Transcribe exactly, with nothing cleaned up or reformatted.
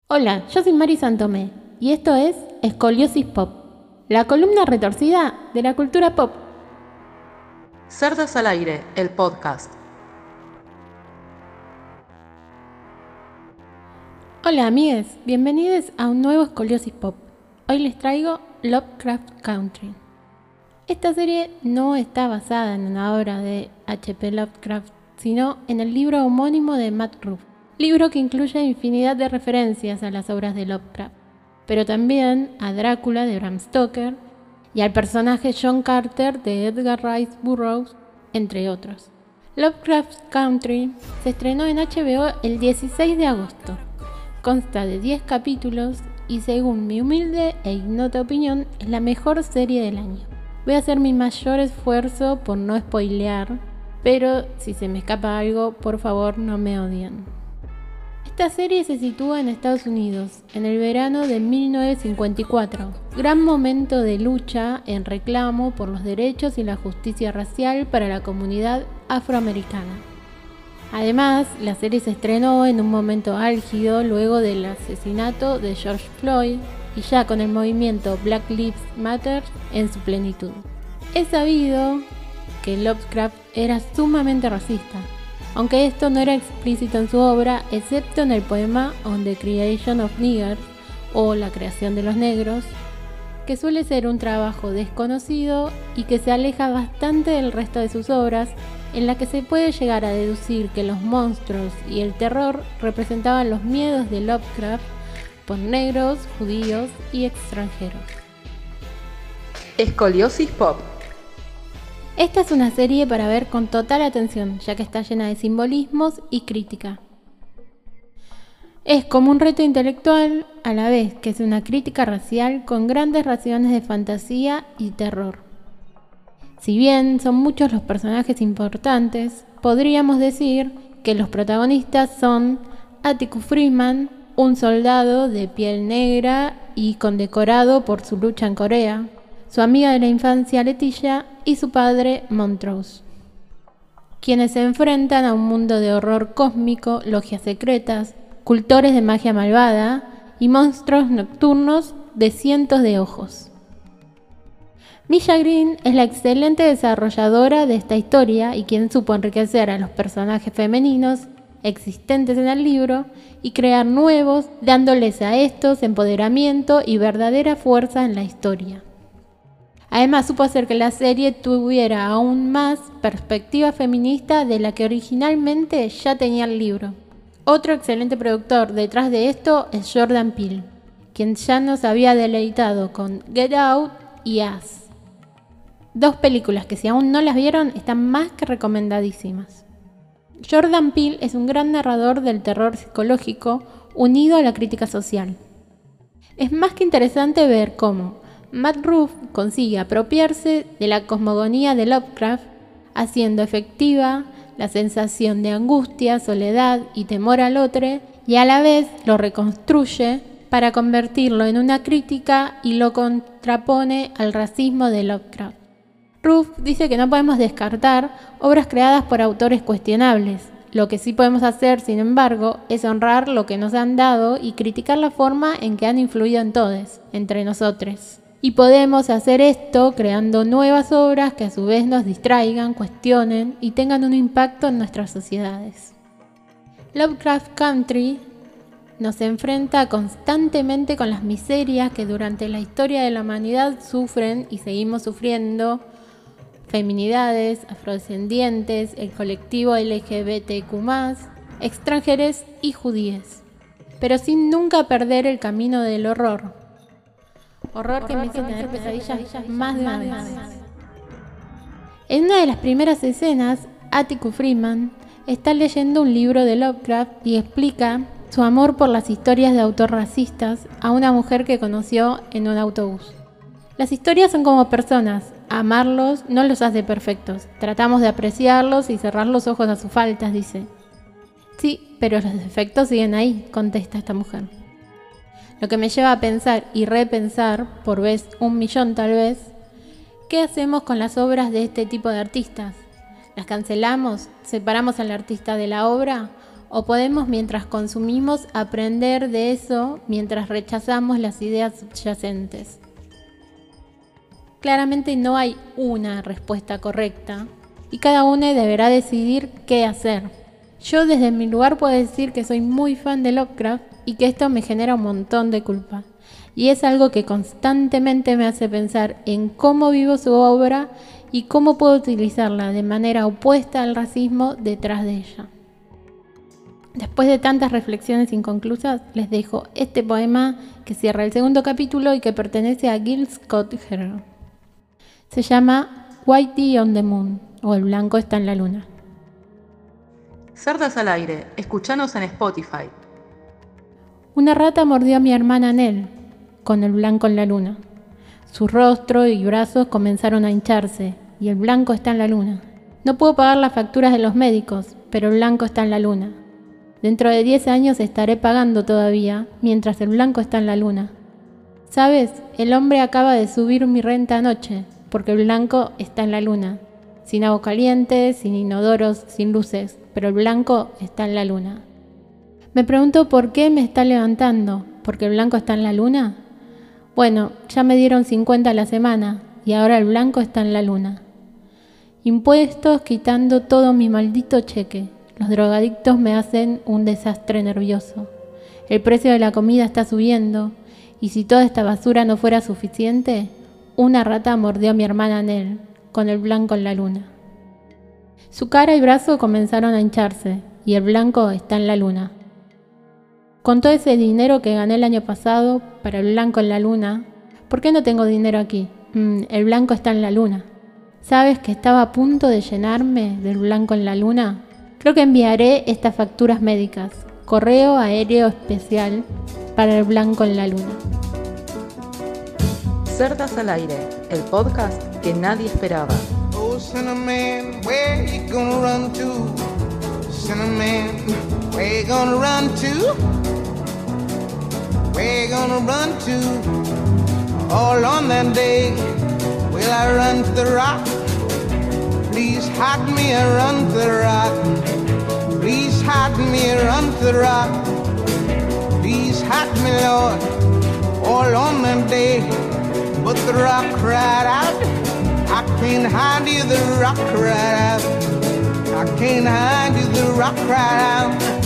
Hola, yo soy Mari Santomé y esto es Escoliosis Pop, la columna retorcida de la cultura pop. Cerdas al aire, el podcast. Hola amigues, bienvenidos a un nuevo Escoliosis Pop. Hoy les traigo Lovecraft Country. Esta serie no está basada en una obra de H P Lovecraft, sino en el libro homónimo de Matt Ruff, libro que incluye infinidad de referencias a las obras de Lovecraft, pero también a Drácula de Bram Stoker y al personaje John Carter de Edgar Rice Burroughs, entre otros. Lovecraft Country se estrenó en H B O el dieciséis de agosto. Consta de diez capítulos y, según mi humilde e ignota opinión, es la mejor serie del año. Voy a hacer mi mayor esfuerzo por no spoilear, pero si se me escapa algo, por favor no me odien. Esta serie se sitúa en Estados Unidos, en el verano de mil novecientos cincuenta y cuatro, gran momento de lucha en reclamo por los derechos y la justicia racial para la comunidad afroamericana. Además, la serie se estrenó en un momento álgido luego del asesinato de George Floyd y ya con el movimiento Black Lives Matter en su plenitud. Es sabido que Lovecraft era sumamente racista, aunque esto no era explícito en su obra, excepto en el poema On the Creation of Niggers, o La creación de los negros, que suele ser un trabajo desconocido y que se aleja bastante del resto de sus obras, en la que se puede llegar a deducir que los monstruos y el terror representaban los miedos de Lovecraft por negros, judíos y extranjeros. Escoliosis Pop. Esta es una serie para ver con total atención, ya que está llena de simbolismos y crítica. Es como un reto intelectual, a la vez que es una crítica racial con grandes raciones de fantasía y terror. Si bien son muchos los personajes importantes, podríamos decir que los protagonistas son Atticus Freeman, un soldado de piel negra y condecorado por su lucha en Corea, su amiga de la infancia Leticia y su padre Montrose, quienes se enfrentan a un mundo de horror cósmico, logias secretas, cultores de magia malvada y monstruos nocturnos de cientos de ojos. Misha Green es la excelente desarrolladora de esta historia y quien supo enriquecer a los personajes femeninos existentes en el libro y crear nuevos, dándoles a estos empoderamiento y verdadera fuerza en la historia. Además, supo hacer que la serie tuviera aún más perspectiva feminista de la que originalmente ya tenía el libro. Otro excelente productor detrás de esto es Jordan Peele, quien ya nos había deleitado con Get Out y Us. Dos películas que, si aún no las vieron, están más que recomendadísimas. Jordan Peele es un gran narrador del terror psicológico unido a la crítica social. Es más que interesante ver cómo Matt Ruff consigue apropiarse de la cosmogonía de Lovecraft, haciendo efectiva la sensación de angustia, soledad y temor al otro, y a la vez lo reconstruye para convertirlo en una crítica y lo contrapone al racismo de Lovecraft. Ruff dice que no podemos descartar obras creadas por autores cuestionables. Lo que sí podemos hacer, sin embargo, es honrar lo que nos han dado y criticar la forma en que han influido en todos, entre nosotros. Y podemos hacer esto creando nuevas obras que a su vez nos distraigan, cuestionen y tengan un impacto en nuestras sociedades. Lovecraft Country nos enfrenta constantemente con las miserias que durante la historia de la humanidad sufren y seguimos sufriendo feminidades, afrodescendientes, el colectivo L G B T Q más, extranjeros y judíes, pero sin nunca perder el camino del horror. Horror que me hizo tener pesadillas más de una vez. En una de las primeras escenas, Atticus Freeman está leyendo un libro de Lovecraft y explica su amor por las historias de autor racistas a una mujer que conoció en un autobús. Las historias son como personas, amarlos no los hace perfectos, tratamos de apreciarlos y cerrar los ojos a sus faltas, dice. Sí, pero los defectos siguen ahí, contesta esta mujer. Lo que me lleva a pensar y repensar, por vez un millón tal vez, ¿qué hacemos con las obras de este tipo de artistas? ¿Las cancelamos? ¿Separamos al artista de la obra? O podemos, mientras consumimos, aprender de eso mientras rechazamos las ideas subyacentes. Claramente no hay una respuesta correcta y cada uno deberá decidir qué hacer. Yo desde mi lugar puedo decir que soy muy fan de Lovecraft y que esto me genera un montón de culpa. Y es algo que constantemente me hace pensar en cómo vivo su obra y cómo puedo utilizarla de manera opuesta al racismo detrás de ella. Después de tantas reflexiones inconclusas, les dejo este poema que cierra el segundo capítulo y que pertenece a Gil Scott Heron. Se llama Whitey on the Moon, o El blanco está en la luna. Cerdas al aire, escuchanos en Spotify. Una rata mordió a mi hermana Nell, con el blanco en la luna. Su rostro y brazos comenzaron a hincharse, y el blanco está en la luna. No puedo pagar las facturas de los médicos, pero el blanco está en la luna. Dentro de diez años estaré pagando todavía, mientras el blanco está en la luna. ¿Sabes? El hombre acaba de subir mi renta anoche, porque el blanco está en la luna. Sin agua caliente, sin inodoros, sin luces, pero el blanco está en la luna. Me pregunto por qué me está levantando, ¿porque el blanco está en la luna? Bueno, ya me dieron cincuenta a la semana, y ahora el blanco está en la luna. Impuestos quitando todo mi maldito cheque. Los drogadictos me hacen un desastre nervioso. El precio de la comida está subiendo, y si toda esta basura no fuera suficiente, una rata mordió a mi hermana Nell, con el blanco en la luna. Su cara y brazo comenzaron a hincharse, y el blanco está en la luna. Con todo ese dinero que gané el año pasado para el blanco en la luna, ¿por qué no tengo dinero aquí? Mm, el blanco está en la luna. ¿Sabes que estaba a punto de llenarme del blanco en la luna? Creo que enviaré estas facturas médicas, correo aéreo especial para el blanco en la luna. Cerdas al aire, el podcast que nadie esperaba. Oh, Cinnamon, where you gonna run to? Cinnamon, where you gonna run to? Where you gonna run to? All on that day, will I run to the rock? Please hide me and run to the rock. Please hide me and run to the rock. Please hide me, Lord, all on that day. But the rock cried out, I can't hide you, the rock cried out. I can't hide you, the rock cried out.